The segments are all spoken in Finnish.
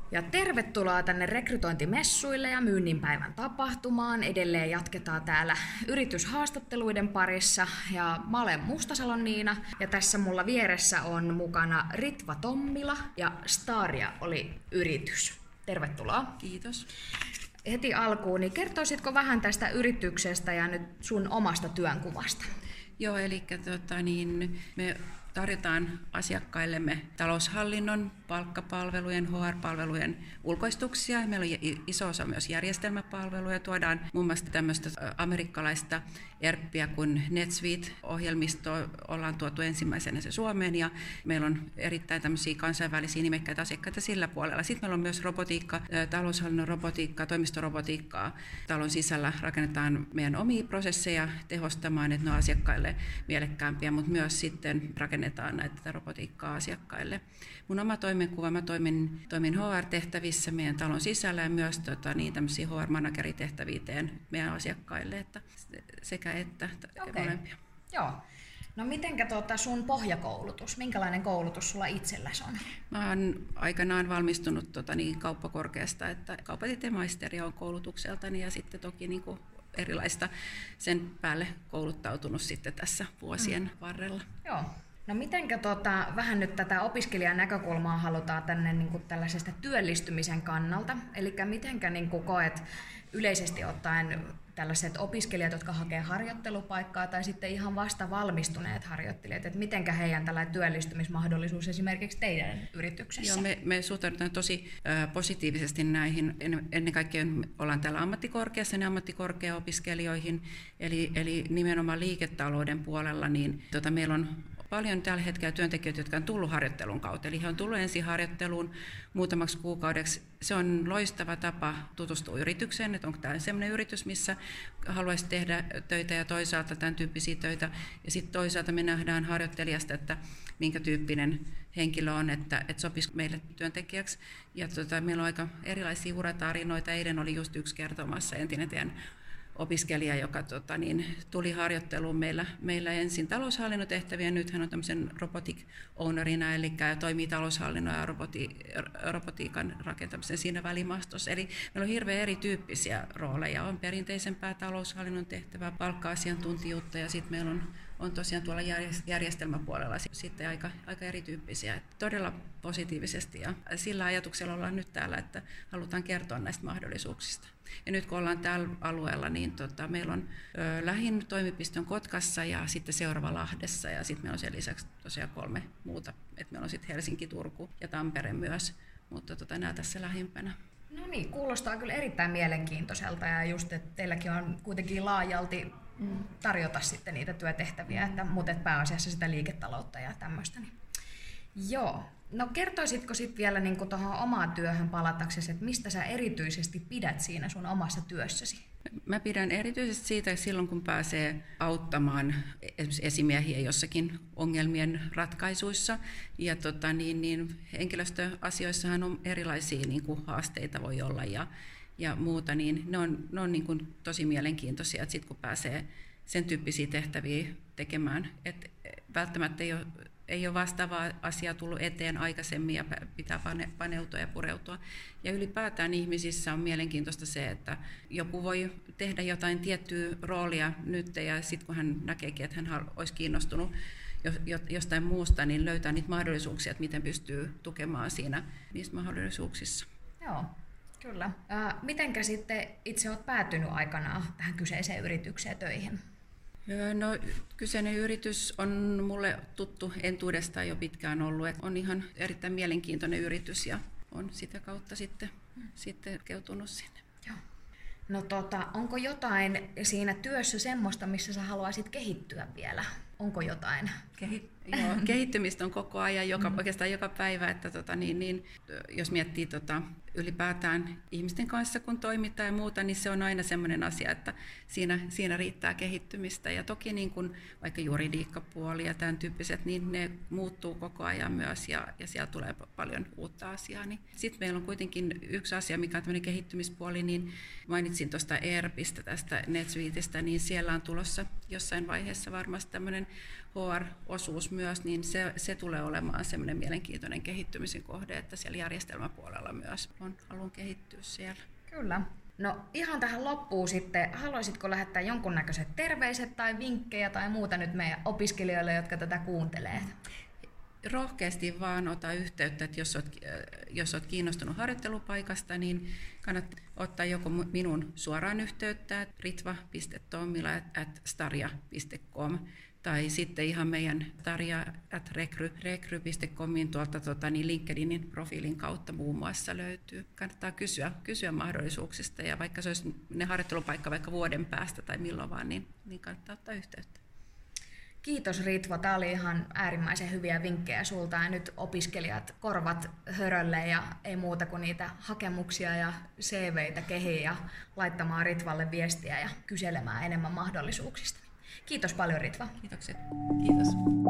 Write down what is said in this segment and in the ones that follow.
Ja tervetuloa tänne rekrytointimessuille ja myynninpäivän tapahtumaan. Edelleen jatketaan täällä yrityshaastatteluiden parissa. Ja mä olen Mustasalon Niina ja tässä mulla vieressä on mukana Ritva Tommila ja Staria oli yritys. Tervetuloa. Kiitos. Heti alkuun, niin kertoisitko vähän tästä yrityksestä ja nyt sun omasta työnkuvasta? Joo, eli me tarjotaan asiakkaillemme taloushallinnon, palkkapalvelujen, HR-palvelujen ulkoistuksia. Meillä on iso osa myös järjestelmäpalveluja. Tuodaan muun muassa tämmöistä amerikkalaista ERPiä kuin NetSuite-ohjelmistoa. Ollaan tuotu ensimmäisenä se Suomeen ja meillä on erittäin tämmöisiä kansainvälisiä nimekkäitä asiakkaita sillä puolella. Sitten meillä on myös robotiikka, taloushallinnon robotiikkaa, toimistorobotiikkaa. Talon sisällä rakennetaan meidän omia prosesseja tehostamaan, että ne on asiakkaille mielekkäämpiä, mutta myös sitten rakennetaan näitä robotiikkaa asiakkaille. Mun oma toimenkuva, mä toimin HR-tehtävissä meidän talon sisällä ja myös tämmöisiä HR-manageritehtäviä teen meidän asiakkaille, että sekä että molempia. Joo. No mitenkä sun pohjakoulutus, minkälainen koulutus sulla itselläsi on? Mä oon aikanaan valmistunut kauppakorkeasta, että kauppatieteen maisteri on koulutukseltani ja sitten toki erilaista sen päälle kouluttautunut sitten tässä vuosien varrella. Joo. No mitenkä vähän nyt tätä opiskelijan näkökulmaa halutaan tänne tällaisesta työllistymisen kannalta, eli mitenkä koet yleisesti ottaen tällaiset opiskelijat, jotka hakee harjoittelupaikkaa tai sitten ihan vasta valmistuneet harjoittelijat, että mitenkä heidän tällainen työllistymismahdollisuus esimerkiksi teidän yrityksessä? Joo, me suhtaudutaan tosi positiivisesti näihin. Ennen kaikkea ollaan täällä ammattikorkeassa ja ammattikorkeaopiskelijoihin, eli nimenomaan liiketalouden puolella, niin meillä on paljon tällä hetkellä työntekijöitä, jotka on tullut harjoittelun kautta. Eli he on tullut ensin harjoitteluun muutamaksi kuukaudeksi. Se on loistava tapa tutustua yritykseen, että onko tämä sellainen yritys, missä haluaisi tehdä töitä ja toisaalta tämän tyyppisiä töitä. Ja sitten toisaalta me nähdään harjoittelijasta, että minkä tyyppinen henkilö on, että sopisi meille työntekijäksi. Ja meillä on aika erilaisia uratarinoita. Eilen oli just yksi kertomassa entinen teidän opiskelija, joka tuli harjoitteluun meillä ensin taloushallinnon tehtäviä, nyt hän on tämmöisen robotic ownerina, eli toimii taloushallinnon ja robotiikan rakentamisen siinä välimaastossa. Eli meillä on hirveän erityyppisiä rooleja, on perinteisempää taloushallinnon tehtävää, palkka-asiantuntijuutta ja sitten meillä on tosiaan tuolla järjestelmäpuolella sitten aika erityyppisiä. Että todella positiivisesti ja sillä ajatuksella ollaan nyt täällä, että halutaan kertoa näistä mahdollisuuksista. Ja nyt kun ollaan tällä alueella, niin meillä on lähin toimipiste on Kotkassa ja sitten seuraava Lahdessa ja sitten meillä on sen lisäksi tosiaan 3 muuta. Et meillä on sitten Helsinki, Turku ja Tampere myös, mutta nämä tässä lähimpänä. No niin, kuulostaa kyllä erittäin mielenkiintoiselta ja just, että teilläkin on kuitenkin laajalti tarjota sitten niitä työtehtäviä, mutta pääasiassa sitä liiketaloutta ja tämmöistä. Niin. Joo. No kertoisitko sitten vielä tuohon omaan työhön palataksesi, että mistä sä erityisesti pidät siinä sun omassa työssäsi? Mä pidän erityisesti siitä silloin, kun pääsee auttamaan esimerkiksi esimiehiä jossakin ongelmien ratkaisuissa. Ja henkilöstöasioissahan on erilaisia haasteita voi olla ja muuta, niin ne on tosi mielenkiintoisia, että sitten kun pääsee sen tyyppisiä tehtäviä tekemään, että välttämättä ei ole vastaavaa asiaa tullut eteen aikaisemmin ja pitää paneutua ja pureutua. Ja ylipäätään ihmisissä on mielenkiintoista se, että joku voi tehdä jotain tiettyä roolia nyt ja sitten kun hän näkeekin, että hän olisi kiinnostunut jostain muusta, niin löytää niitä mahdollisuuksia, että miten pystyy tukemaan siinä niissä mahdollisuuksissa. Joo, kyllä. Mitenkä sitten itse olet päätynyt aikanaan tähän kyseiseen yritykseen töihin? No, kyseinen yritys on mulle tuttu entuudestaan jo pitkään ollut. Että on ihan erittäin mielenkiintoinen yritys ja on sitä kautta sitten keutunut sinne. Joo. No onko jotain siinä työssä semmoista, missä sä haluaisit kehittyä vielä? Onko jotain? Joo, kehittymistä on koko ajan, oikeastaan joka päivä. Että jos miettii ylipäätään ihmisten kanssa, kun toimitaan ja muuta, niin se on aina semmoinen asia, että siinä riittää kehittymistä. Ja toki vaikka juridiikkapuoli ja tämän tyyppiset, niin ne muuttuu koko ajan myös ja siellä tulee paljon uutta asiaa. Sitten meillä on kuitenkin yksi asia, mikä on tämmöinen kehittymispuoli, niin mainitsin tuosta ERPistä, tästä NetSuiteista, niin siellä on tulossa jossain vaiheessa varmasti tämmöinen HR-osuus myös, niin se tulee olemaan semmoinen mielenkiintoinen kehittymisen kohde, että siellä järjestelmäpuolella myös haluan kehittyä siellä. Kyllä. No ihan tähän loppuun sitten, haluaisitko lähettää jonkunnäköiset terveiset tai vinkkejä tai muuta nyt meidän opiskelijoille, jotka tätä kuuntelee? Rohkeasti vaan ota yhteyttä, että jos olet kiinnostunut harjoittelupaikasta, niin kannattaa ottaa joko minun suoraan yhteyttä ritva.tommila@staria.com tai sitten ihan meidän staria@rekry.comin tuolta LinkedInin profiilin kautta muun muassa löytyy. Kannattaa kysyä mahdollisuuksista ja vaikka se olisi ne harjoittelupaikka vaikka vuoden päästä tai milloin vaan, niin kannattaa ottaa yhteyttä. Kiitos Ritva, tämä oli ihan äärimmäisen hyviä vinkkejä sulta ja nyt opiskelijat korvat hörölle ja ei muuta kuin niitä hakemuksia ja CVitä kehiin ja laittamaan Ritvalle viestiä ja kyselemään enemmän mahdollisuuksista. Kiitos paljon Ritva. Kiitokset. Kiitos.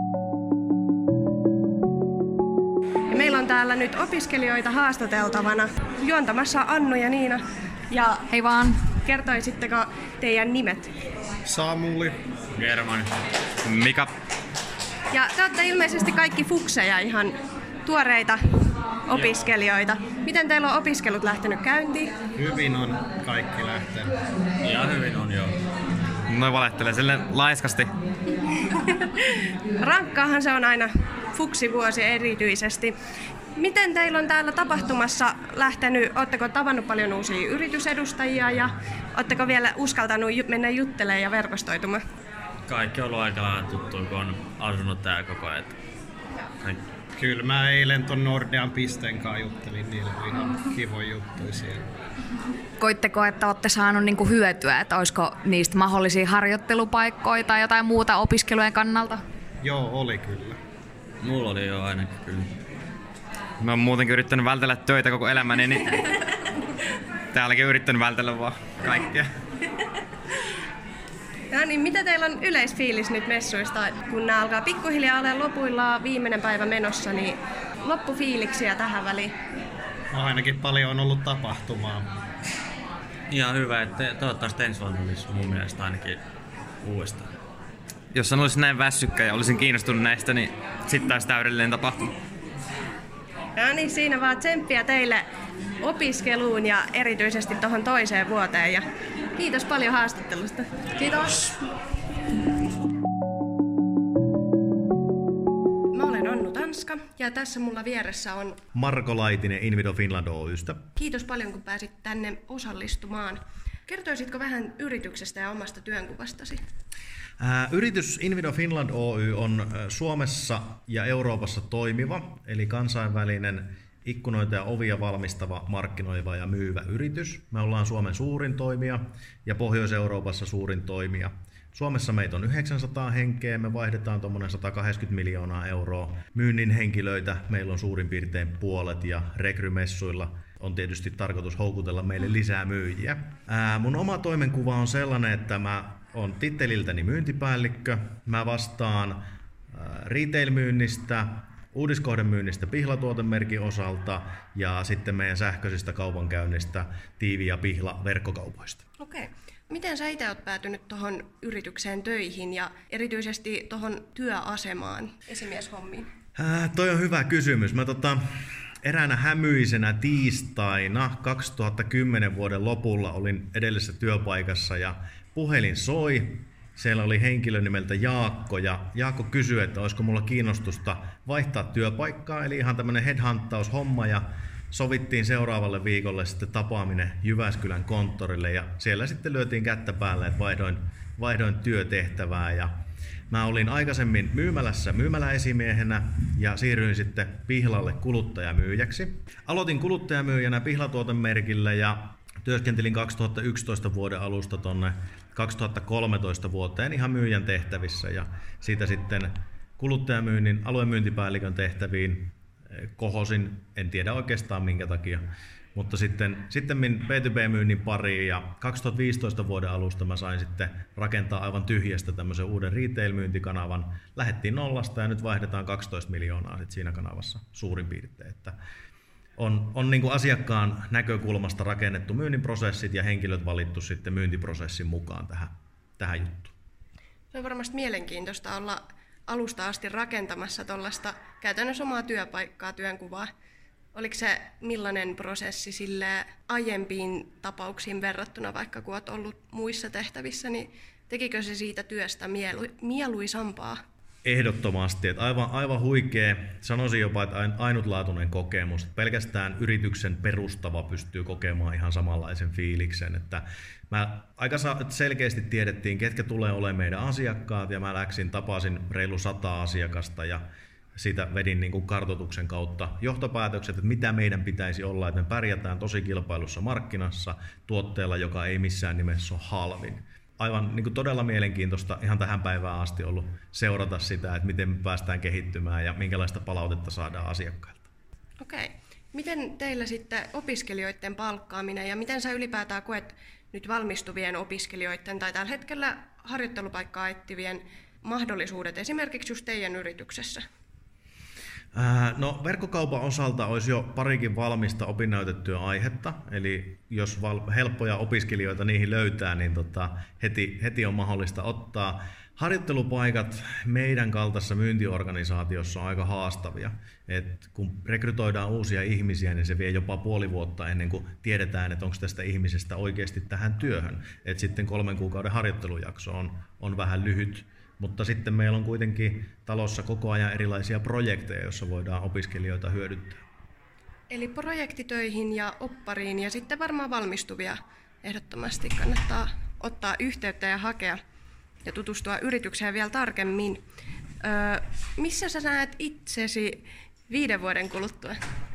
Meillä on täällä nyt opiskelijoita haastateltavana juontamassa Annu ja Niina. Ja hei vaan. Kertoisitteko teidän nimet? Samuli, Germani, Mika. Ja te olette ilmeisesti kaikki fukseja, ihan tuoreita opiskelijoita. Miten teillä on opiskelut lähtenyt käyntiin? Hyvin on kaikki lähtenyt. Ja hyvin on joo. Noi valehtelee sille laiskasti. Rankkaahan se on aina fuksivuosi erityisesti. Miten teillä on täällä tapahtumassa lähtenyt, ootteko tavannut paljon uusia yritysedustajia ja ootteko vielä uskaltanut mennä juttelemaan ja verkostoitumaan? Kaikki on ollut aika lailla tuttua, kun on asunut täällä koko ajan. Kyllä mä eilen ton Nordean pisteen kanssa juttelin, niillä oli ihan kivoja juttuja siellä. Koitteko, että olette saanut hyötyä, että olisiko niistä mahdollisia harjoittelupaikkoja tai jotain muuta opiskelujen kannalta? Joo, oli kyllä. Mulla oli jo ainakin kyllä. Mä oon muutenkin yrittänyt vältellä töitä koko elämäni, niin täälläkin yrittänyt vältellä vaan kaikkea. No niin, mitä teillä on yleisfiilis nyt messuista? Kun nämä alkaa pikkuhiljaa olla lopuillaan viimeinen päivä menossa, niin loppufiiliksiä tähän väliin? No ainakin paljon on ollut tapahtumaa. Ihan hyvä, että toivottavasti ensi vuonna olisi mun mielestä ainakin uudestaan. Jos en olisi näin väsykkä ja olisin kiinnostunut näistä, niin sitten taas täydellinen tapahtuma. No niin, siinä vaan tsemppiä teille opiskeluun ja erityisesti tuohon toiseen vuoteen. Ja kiitos paljon haastattelusta. Kiitos. Mä olen Annu Tanska ja tässä mulla vieressä on Marko Laitinen Invido Finland Oy:stä. Kiitos paljon kun pääsit tänne osallistumaan. Kertoisitko vähän yrityksestä ja omasta työnkuvastasi? Yritys Invido Finland Oy on Suomessa ja Euroopassa toimiva, eli kansainvälinen ikkunoita ja ovia valmistava, markkinoiva ja myyvä yritys. Me ollaan Suomen suurin toimija ja Pohjois-Euroopassa suurin toimija. Suomessa meitä on 900 henkeä, me vaihdetaan tuommoinen 180 miljoonaa euroa myynnin henkilöitä. Meillä on suurin piirtein puolet ja rekrymessuilla on tietysti tarkoitus houkutella meille lisää myyjiä. Mun oma toimenkuva on sellainen, että mä on titteliltäni myyntipäällikkö. Mä vastaan retail-myynnistä, uudiskohdemyynnistä Pihla-tuotemerkin osalta ja sitten meidän sähköisistä kaupankäynnistä Tiivi ja Pihla verkkokaupoista. Okei. Miten sä itse oot päätynyt tuohon yritykseen töihin ja erityisesti tuohon työasemaan, esimieshommiin? Toi on hyvä kysymys. Mä eräänä hämyisenä tiistaina 2010 vuoden lopulla olin edellisessä työpaikassa ja puhelin soi. Siellä oli henkilö nimeltä Jaakko ja Jaakko kysyi, että olisiko mulla kiinnostusta vaihtaa työpaikkaa, eli ihan tämmönen headhunttaushomma ja sovittiin seuraavalle viikolle sitten tapaaminen Jyväskylän konttorille ja siellä sitten lyötiin kättä päälle, että vaihdoin työtehtävää ja mä olin aikaisemmin myymälässä myymäläesimiehenä ja siirryin sitten Pihlalle kuluttajamyyjäksi. Aloitin kuluttajamyyjänä Pihla-tuotemerkillä ja työskentelin 2011 vuoden alusta tonne 2013 vuoteen ihan myyjän tehtävissä ja siitä sitten kuluttajamyynnin aluemyyntipäällikön tehtäviin kohosin, en tiedä oikeastaan minkä takia, mutta sitten B2B-myynnin pariin ja 2015 vuoden alusta mä sain sitten rakentaa aivan tyhjästä tämmöisen uuden retail-myyntikanavan. Lähdettiin nollasta ja nyt vaihdetaan 12 miljoonaa sit siinä kanavassa suurin piirtein. Että on niin kuin asiakkaan näkökulmasta rakennettu myynnin prosessit ja henkilöt valittu sitten myyntiprosessin mukaan tähän juttuun. Se on varmasti mielenkiintoista olla alusta asti rakentamassa tuollaista käytännössä omaa työpaikkaa, työnkuvaa. Oliko se millainen prosessi sille aiempiin tapauksiin verrattuna, vaikka kun olet ollut muissa tehtävissä, niin tekikö se siitä työstä mieluisampaa? Ehdottomasti, että aivan huikea, sanoisin jopa, että ainutlaatuinen kokemus. Pelkästään yrityksen perustava pystyy kokemaan ihan samanlaisen fiiliksen. Että mä aika selkeästi tiedettiin, ketkä tulee olemaan meidän asiakkaat, ja mä tapasin reilu 100 asiakasta, ja siitä vedin niin kuin kartoituksen kautta johtopäätökset, että mitä meidän pitäisi olla, että me pärjätään tosi kilpailussa markkinassa tuotteella, joka ei missään nimessä ole halvin. Aivan niin kuin todella mielenkiintoista ihan tähän päivään asti ollut seurata sitä, että miten me päästään kehittymään ja minkälaista palautetta saadaan asiakkailta. Okei. Miten teillä sitten opiskelijoiden palkkaaminen ja miten sä ylipäätään koet nyt valmistuvien opiskelijoiden tai tällä hetkellä harjoittelupaikkaa etsivien mahdollisuudet esimerkiksi just teidän yrityksessä? No, verkkokaupan osalta olisi jo parikin valmista opinnäytettyä aihetta, eli jos helppoja opiskelijoita niihin löytää, niin heti on mahdollista ottaa. Harjoittelupaikat meidän kaltaisessa myyntiorganisaatiossa on aika haastavia. Et kun rekrytoidaan uusia ihmisiä, niin se vie jopa puoli vuotta ennen kuin tiedetään, että onko tästä ihmisestä oikeasti tähän työhön. Et sitten 3 kuukauden harjoittelujakso on vähän lyhyt. Mutta sitten meillä on kuitenkin talossa koko ajan erilaisia projekteja, joissa voidaan opiskelijoita hyödyntää. Eli projektitöihin ja oppariin ja sitten varmaan valmistuvia ehdottomasti kannattaa ottaa yhteyttä ja hakea ja tutustua yritykseen vielä tarkemmin. Missä sä näet itsesi 5 vuoden kuluttua?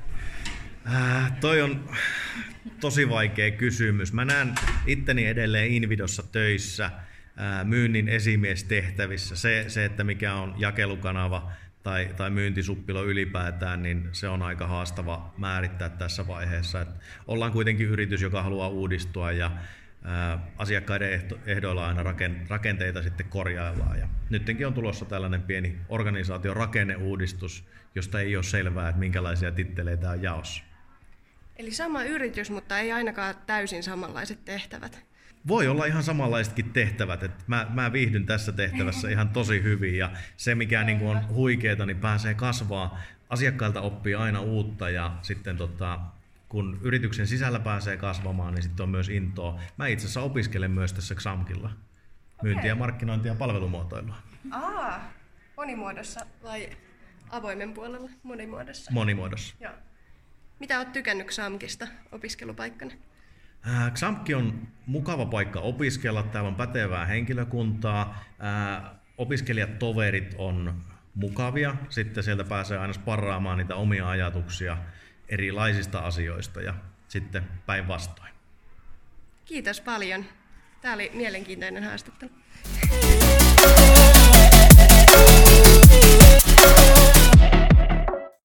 Toi on tosi vaikea kysymys. Mä näen itteni edelleen Invidossa töissä. Myynnin esimiestehtävissä. Se, että mikä on jakelukanava tai myyntisuppilo ylipäätään, niin se on aika haastava määrittää tässä vaiheessa. Et ollaan kuitenkin yritys, joka haluaa uudistua ja asiakkaiden ehdoilla aina rakenteita sitten korjaillaan. Ja nytkin on tulossa tällainen pieni organisaation rakenneuudistus, josta ei ole selvää, että minkälaisia titteleitä on jaossa. Eli sama yritys, mutta ei ainakaan täysin samanlaiset tehtävät. Voi olla ihan samanlaisetkin tehtävät. Et mä viihdyn tässä tehtävässä ihan tosi hyvin ja se mikä niin kuin on huikeeta, niin pääsee kasvaa. Asiakkailta oppii aina uutta ja sitten kun yrityksen sisällä pääsee kasvamaan, niin sitten on myös intoa. Mä itse asiassa opiskelen myös tässä XAMKilla myyntiä, markkinointia ja palvelumuotoilua. Monimuodossa vai avoimen puolella? Monimuodossa. Monimuodossa. Joo. Mitä olet tykännyt XAMKista opiskelupaikkana? XAMK on mukava paikka opiskella, täällä on pätevää henkilökuntaa, opiskelijatoverit on mukavia, sitten sieltä pääsee aina sparraamaan niitä omia ajatuksia erilaisista asioista ja sitten päinvastoin. Kiitos paljon. Tämä oli mielenkiintoinen haastattelu.